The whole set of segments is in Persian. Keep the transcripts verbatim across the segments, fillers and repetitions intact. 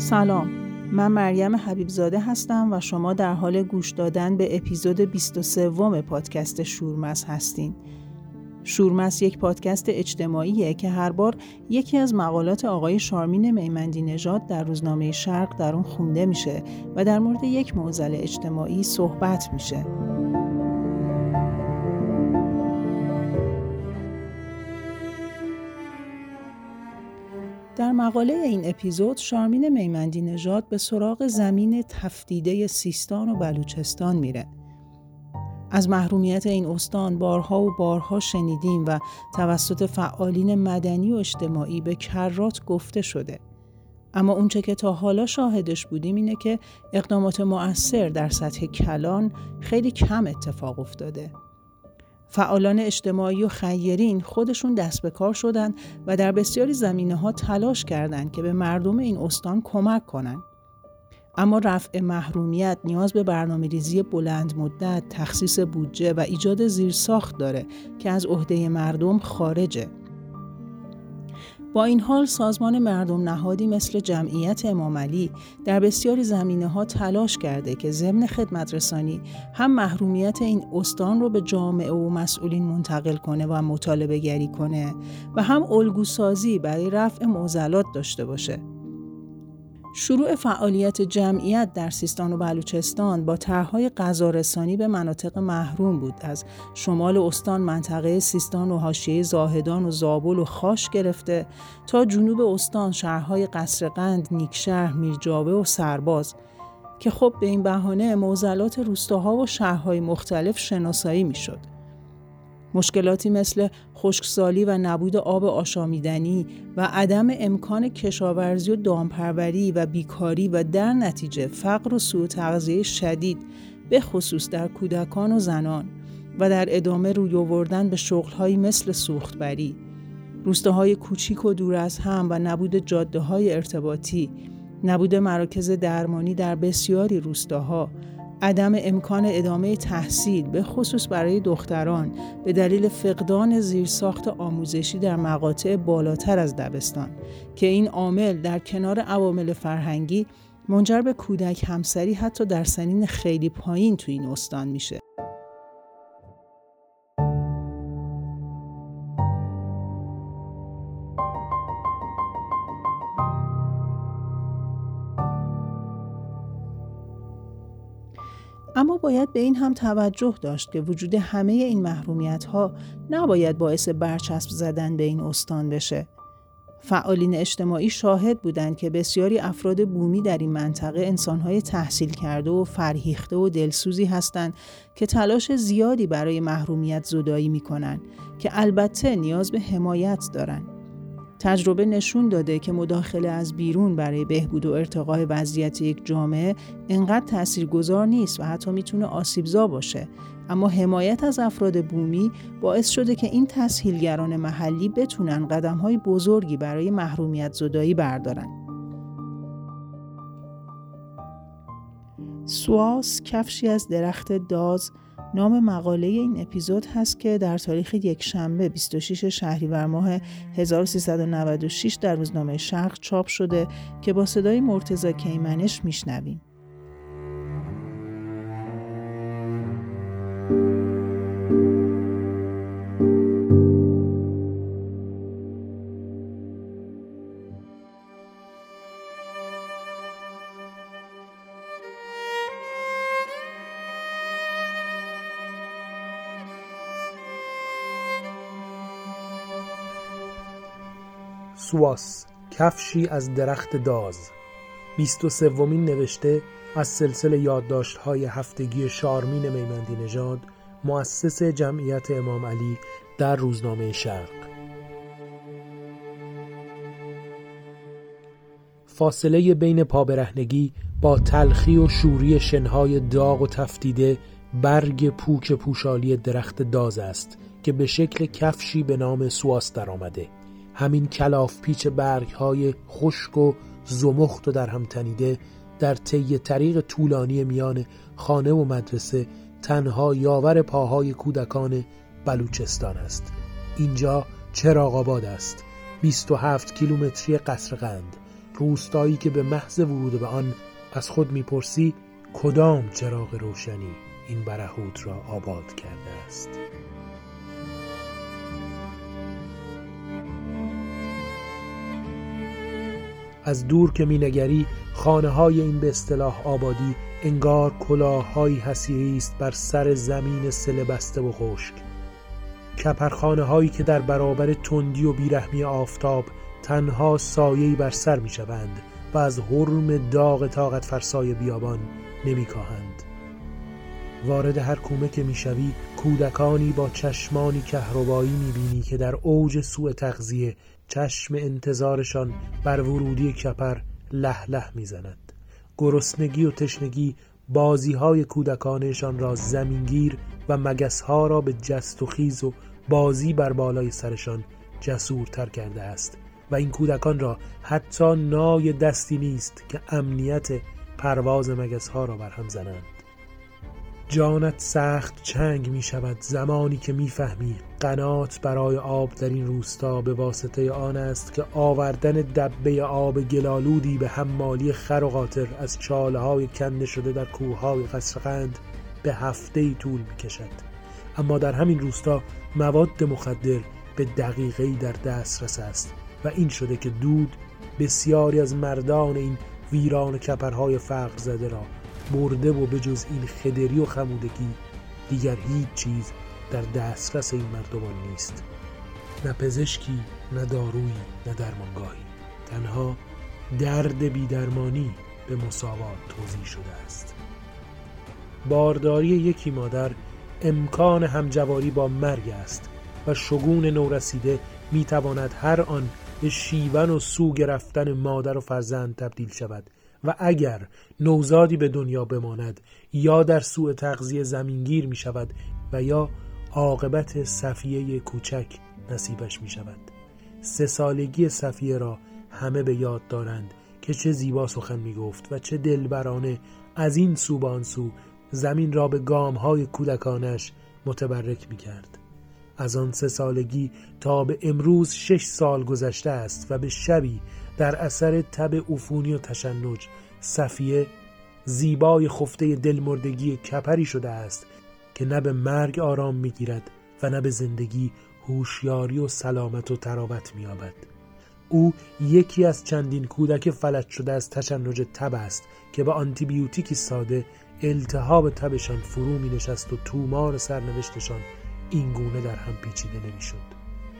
سلام، من مریم حبیبزاده هستم و شما در حال گوش دادن به اپیزود بیست و سه پادکست شورمس هستین. شورمس یک پادکست اجتماعیه که هر بار یکی از مقالات آقای شارمین میمندی نژاد در روزنامه شرق در اون خونده میشه و در مورد یک معضل اجتماعی صحبت میشه. در مقاله این اپیزود شارمین میمندی نژاد به سراغ زمین تفدیده سیستان و بلوچستان میره. از محرومیت این استان بارها و بارها شنیدیم و توسط فعالین مدنی و اجتماعی به کرات گفته شده. اما اونچه که تا حالا شاهدش بودیم اینه که اقدامات مؤثر در سطح کلان خیلی کم اتفاق افتاده. فعالان اجتماعی و خیرین خودشون دست به کار شدن و در بسیاری زمینه‌ها تلاش کردند که به مردم این استان کمک کنن. اما رفع محرومیت نیاز به برنامه‌ریزی بلند مدت، تخصیص بودجه و ایجاد زیرساخت داره که از عهده مردم خارجه. با این حال سازمان مردم نهادی مثل جمعیت امام علی در بسیاری زمینه‌ها تلاش کرده که ضمن خدمت رسانی هم محرومیت این استان رو به جامعه و مسئولین منتقل کنه و مطالبه گری کنه و هم الگوسازی برای رفع معضلات داشته باشه. شروع فعالیت جمعیت در سیستان و بلوچستان با طرح‌های غذارسانی به مناطق محروم بود. از شمال استان منطقه سیستان و حاشیه زاهدان و زابل و خاش گرفته تا جنوب استان شهرهای قصرقند، نیکشهر، میرجاوه و سرباز که خب به این بهانه معضلات روستاها و شهرهای مختلف شناسایی میشد. مشکلاتی مثل خشکسالی و نبود آب آشامیدنی و عدم امکان کشاورزی و دامپروری و بیکاری و در نتیجه فقر و سوء تغذیه شدید به خصوص در کودکان و زنان و در ادامه روی آوردن به شغل‌هایی مثل سوختبری، روستاهای کوچیک و دور از هم و نبود جاده‌های ارتباطی، نبود مراکز درمانی در بسیاری روستاها، عدم امکان ادامه تحصیل به خصوص برای دختران به دلیل فقدان زیرساخت آموزشی در مقاطع بالاتر از دبستان که این عامل در کنار عوامل فرهنگی منجر به کودک همسری حتی در سنین خیلی پایین تو این استان میشه. اما باید به این هم توجه داشت که وجود همه این محرومیت‌ها نباید باعث برچسب زدن به این استان بشه. فعالین اجتماعی شاهد بودند که بسیاری افراد بومی در این منطقه انسان‌های تحصیل کرده و فرهیخته و دلسوزی هستند که تلاش زیادی برای محرومیت زدایی می‌کنند که البته نیاز به حمایت دارند. تجربه نشون داده که مداخله از بیرون برای بهبود و ارتقای وضعیت یک جامعه انقدر تاثیرگذار نیست و حتی میتونه آسیبزا باشه، اما حمایت از افراد بومی باعث شده که این تسهیلگران محلی بتونن قدم‌های بزرگی برای محرومیت زدایی بردارن. سواس کفشی از درخت داز نام مقاله این اپیزود هست که در تاریخ یکشنبه بیست و شش شهریور ماه هزار و سیصد و نود و شش در روزنامه شرق چاپ شده که با صدای مرتضی کیمنش میشنویم. سواس کفشی از درخت داز، بیست و سومین نوشته از سلسله یادداشت‌های هفتگی شارمین میمندی نژاد، مؤسس جمعیت امام علی در روزنامه شرق. فاصله بین پابرهنگی با تلخی و شوری شنهای داغ و تفتیده برگ پوک پوشالی درخت داز است که به شکل کفشی به نام سواس در آمده. همین کلاف پیچ برگ‌های خشک و زمخت و در هم تنیده در طی طریق طولانی میان خانه و مدرسه تنها یاور پاهای کودکان بلوچستان است. اینجا چراغ آباد است، بیست و هفت کیلومتری قصرقند، روستایی که به محض ورود به آن از خود میپرسی کدام چراغ روشنی این برهوت را آباد کرده است. از دور که مینگری خانه های این به اصطلاح آبادی انگار کلاه‌هایی حصیری است بر سر زمین سله بسته و خشک. کپرخانه هایی که در برابر تندی و بیرحمی آفتاب تنها سایه‌ای بر سر می شوند و از حرم داغ طاقت فرسای بیابان نمی کاهند. وارد هر کومه که می شوی کودکانی با چشمانی کهربایی می بینی که در اوج سوء تغذیه چشم انتظارشان بر ورودی کپر له له می زند. گرسنگی و تشنگی بازی های کودکانشان را زمینگیر و مگس ها را به جست و خیز و بازی بر بالای سرشان جسورتر کرده است و این کودکان را حتی نای دستی نیست که امنیت پرواز مگس ها را برهم زنند. جانت سخت چنگ می شود زمانی که می فهمی قنات برای آب در این روستا به واسطه آن است که آوردن دبه آب گلالودی به حمالی خر و قاطر از چاله های کنده شده در کوههای قصرقند به هفته‌ای طول می کشد. اما در همین روستا مواد مخدر به دقیقه‌ای در دسترس است و این شده که دود بسیاری از مردان این ویران کپرهای فقر زده را برده و به جز این خدری و خمودگی دیگر هیچ چیز در دسترس این مردمان نیست. نه پزشکی، نه دارویی، نه درمانگاهی. تنها درد بیدرمانی به مساوات توزیع شده است. بارداری یکی مادر امکان همجواری با مرگ است و شگون نورسیده میتواند هر آن به شیون و سو گرفتن مادر و فرزند تبدیل شود و اگر نوزادی به دنیا بماند یا در سوء تغذیه زمینگیر می شود و یا عاقبت صفیه کوچک نصیبش می شود. سه سالگی صفیه را همه به یاد دارند که چه زیبا سخن می گفت و چه دلبرانه از این سو به آن سو زمین را به گام‌های کودکانش متبرک می کرد. از آن سه سالگی تا به امروز شش سال گذشته است و به شبی در اثر تب عفونی و تشنج صفیه زیبای خفته دلمردگی کپری شده است که نه به مرگ آرام می‌گیرد و نه به زندگی هوشیاری و سلامت و تراوت می‌یابد. او یکی از چندین کودک فلج شده از تشنج تب است که با آنتیبیوتیکی ساده التهاب تبشان فرو می‌نشست و تومار سرنوشتشان این گونه در هم پیچیده نمی‌شد.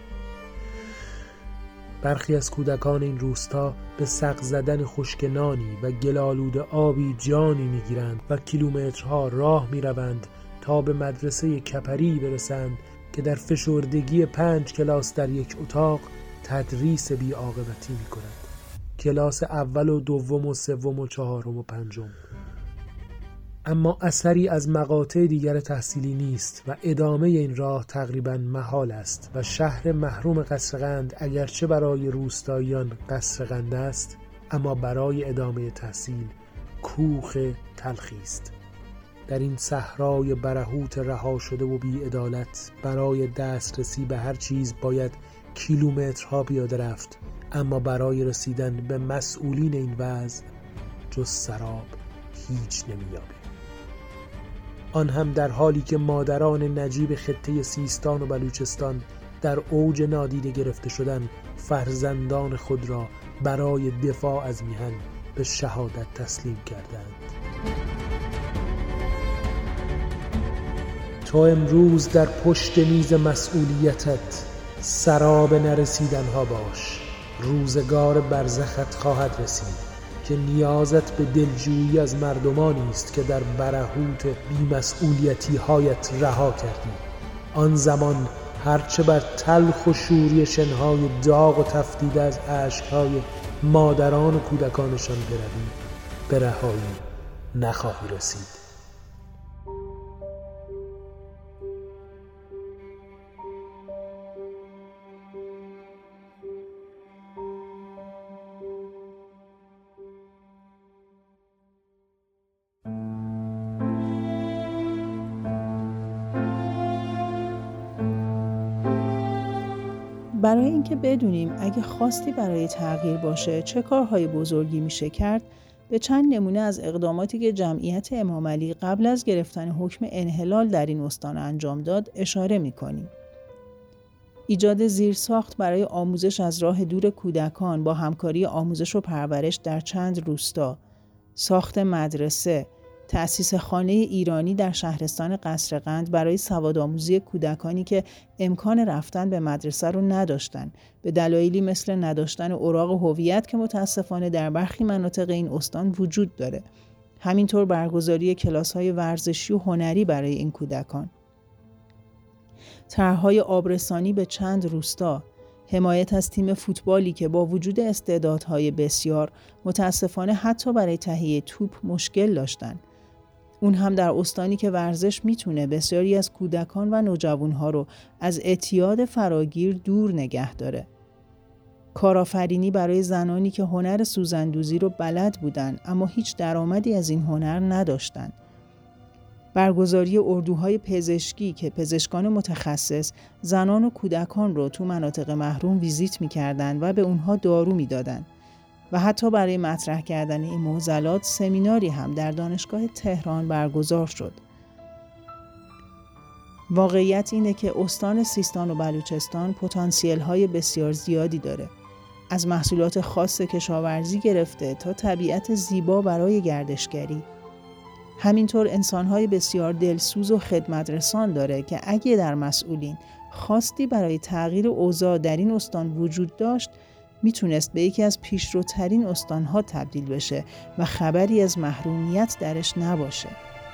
برخی از کودکان این روستا به سق زدن خشکنانی و گلالود آبی جانی می‌گیرند و کیلومترها راه می‌روند تا به مدرسه کپری برسند که در فشردگی پنج کلاس در یک اتاق تدریس بی عاقبتی می‌کند. کلاس اول و دوم و سوم و چهارم و پنجم. اما اثری از مقاطع دیگر تحصیلی نیست و ادامه این راه تقریباً محال است و شهر محروم قصرقند اگرچه برای روستاییان قصرقند است اما برای ادامه تحصیل کوخ تلخی است. در این صحرای برهوت رها شده و بی عدالت برای دسترسی به هر چیز باید کیلومترها پیاده رفت، اما برای رسیدن به مسئولین این وضع جز سراب هیچ نمی‌یابیم. آن هم در حالی که مادران نجیب خطه سیستان و بلوچستان در اوج نادیده گرفته شدن فرزندان خود را برای دفاع از میهن به شهادت تسلیم کردند. تو امروز در پشت میز مسئولیتت سراب نرسیدنها باش. روزگار برزخت خواهد رسید که نیازت به دلجویی از مردمانی است که در برهوت بی‌مسئولیتی هایت رها کردی. آن زمان هرچه بر تلخ و شوری شنهای داغ و تفدیده از اشکهای مادران و کودکانشان بروی، به رهایی نخواهی رسید. برای اینکه بدونیم اگه خواستی برای تغییر باشه چه کارهای بزرگی میشه کرد، به چند نمونه از اقداماتی که جمعیت امامعلی قبل از گرفتن حکم انحلال در این استان انجام داد اشاره میکنیم. ایجاد زیرساخت برای آموزش از راه دور کودکان با همکاری آموزش و پرورش در چند روستا، ساخت مدرسه، تأسیس خانه ایرانی در شهرستان قصرقند برای سوادآموزی کودکانی که امکان رفتن به مدرسه رو نداشتن به دلایلی مثل نداشتن اوراق هویت که متاسفانه در برخی مناطق این استان وجود داره. همینطور برگزاری کلاس‌های ورزشی و هنری برای این کودکان. طرح‌های آبرسانی به چند روستا، حمایت از تیم فوتبالی که با وجود استعدادهای بسیار متاسفانه حتی برای تهیه توپ مشکل داشتن. اون هم در استانی که ورزش میتونه بسیاری از کودکان و نوجوانها رو از اعتیاد فراگیر دور نگه داره. کارآفرینی برای زنانی که هنر سوزندوزی رو بلد بودن اما هیچ درآمدی از این هنر نداشتن. برگزاری اردوهای پزشکی که پزشکان متخصص زنان و کودکان رو تو مناطق محروم ویزیت می‌کردند و به اونها دارو می‌دادن. و حتی برای مطرح کردن این معضلات سمیناری هم در دانشگاه تهران برگزار شد. واقعیت اینه که استان سیستان و بلوچستان پتانسیل‌های بسیار زیادی داره. از محصولات خاص کشاورزی گرفته تا طبیعت زیبا برای گردشگری. همینطور انسان‌های بسیار دلسوز و خدمترسان داره که اگه در مسئولین خواستی برای تغییر اوضاع در این استان وجود داشت، میتونست به یکی از پیشروترین استانها تبدیل بشه و خبری از محرومیت درش نباشه.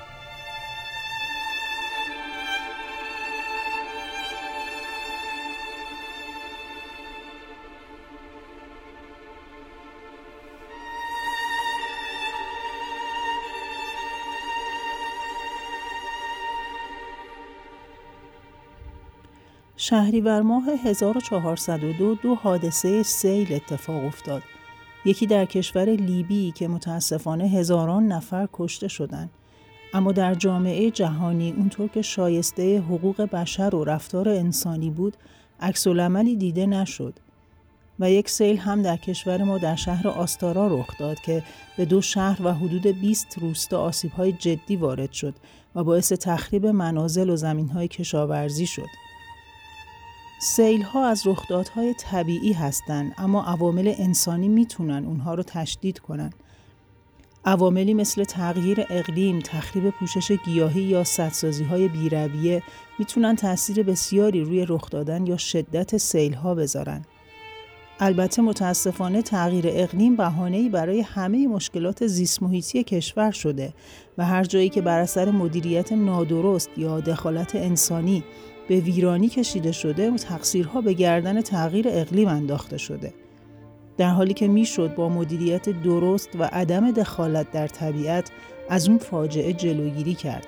شهریور ماه هزار و چهارصد و دو دو حادثه سیل اتفاق افتاد. یکی در کشور لیبی که متاسفانه هزاران نفر کشته شدند. اما در جامعه جهانی اونطور که شایسته حقوق بشر و رفتار انسانی بود، عکس‌العملی دیده نشد. و یک سیل هم در کشور ما در شهر آستارا رخ داد که به دو شهر و حدود بیست روستا آسیب‌های جدی وارد شد و باعث تخریب منازل و زمین‌های کشاورزی شد. سیل‌ها از رخدادهای طبیعی هستند، اما عوامل انسانی میتونن اونها رو تشدید کنن. عواملی مثل تغییر اقلیم، تخریب پوشش گیاهی یا سدسازی‌های بی‌رویه میتونن تأثیر بسیاری روی رخ دادن یا شدت سیل‌ها بذارن. البته متاسفانه تغییر اقلیم بهانه‌ای برای همه مشکلات زیست محیطی کشور شده و هر جایی که بر اثر مدیریت نادرست یا دخالت انسانی به ویرانی کشیده شده، تقصیرها به گردن تغییر اقلیم انداخته شده. در حالی که میشد با مدیریت درست و عدم دخالت در طبیعت از اون فاجعه جلوگیری کرد.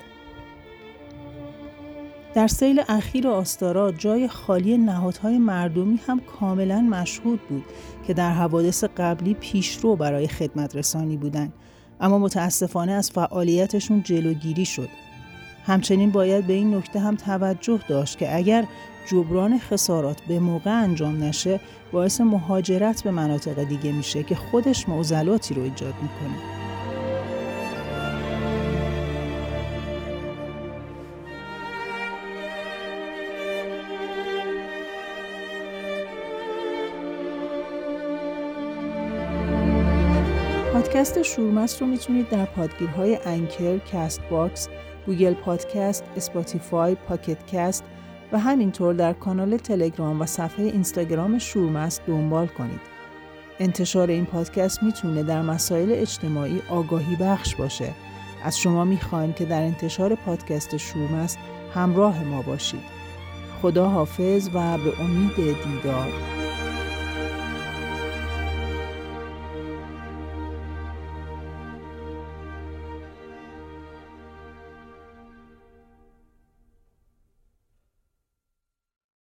در سیل اخیر آستارا جای خالی نهادهای مردمی هم کاملا مشهود بود که در حوادث قبلی پیشرو برای خدمت رسانی بودند، اما متاسفانه از فعالیتشون جلوگیری شد. همچنین باید به این نکته هم توجه داشت که اگر جبران خسارات به موقع انجام نشه، باعث مهاجرت به مناطق دیگه میشه که خودش معضلاتی رو ایجاد میکنه. پادکست شورمست رو میتونید در پادگیرهای انکر، کست باکس، گوگل پادکست، اسپاتیفای، پاکت کست و همینطور در کانال تلگرام و صفحه اینستاگرام شورمست دنبال کنید. انتشار این پادکست میتونه در مسائل اجتماعی آگاهی بخش باشه. از شما میخوایم که در انتشار پادکست شورمست همراه ما باشید. خدا حافظ و به امید دیدار.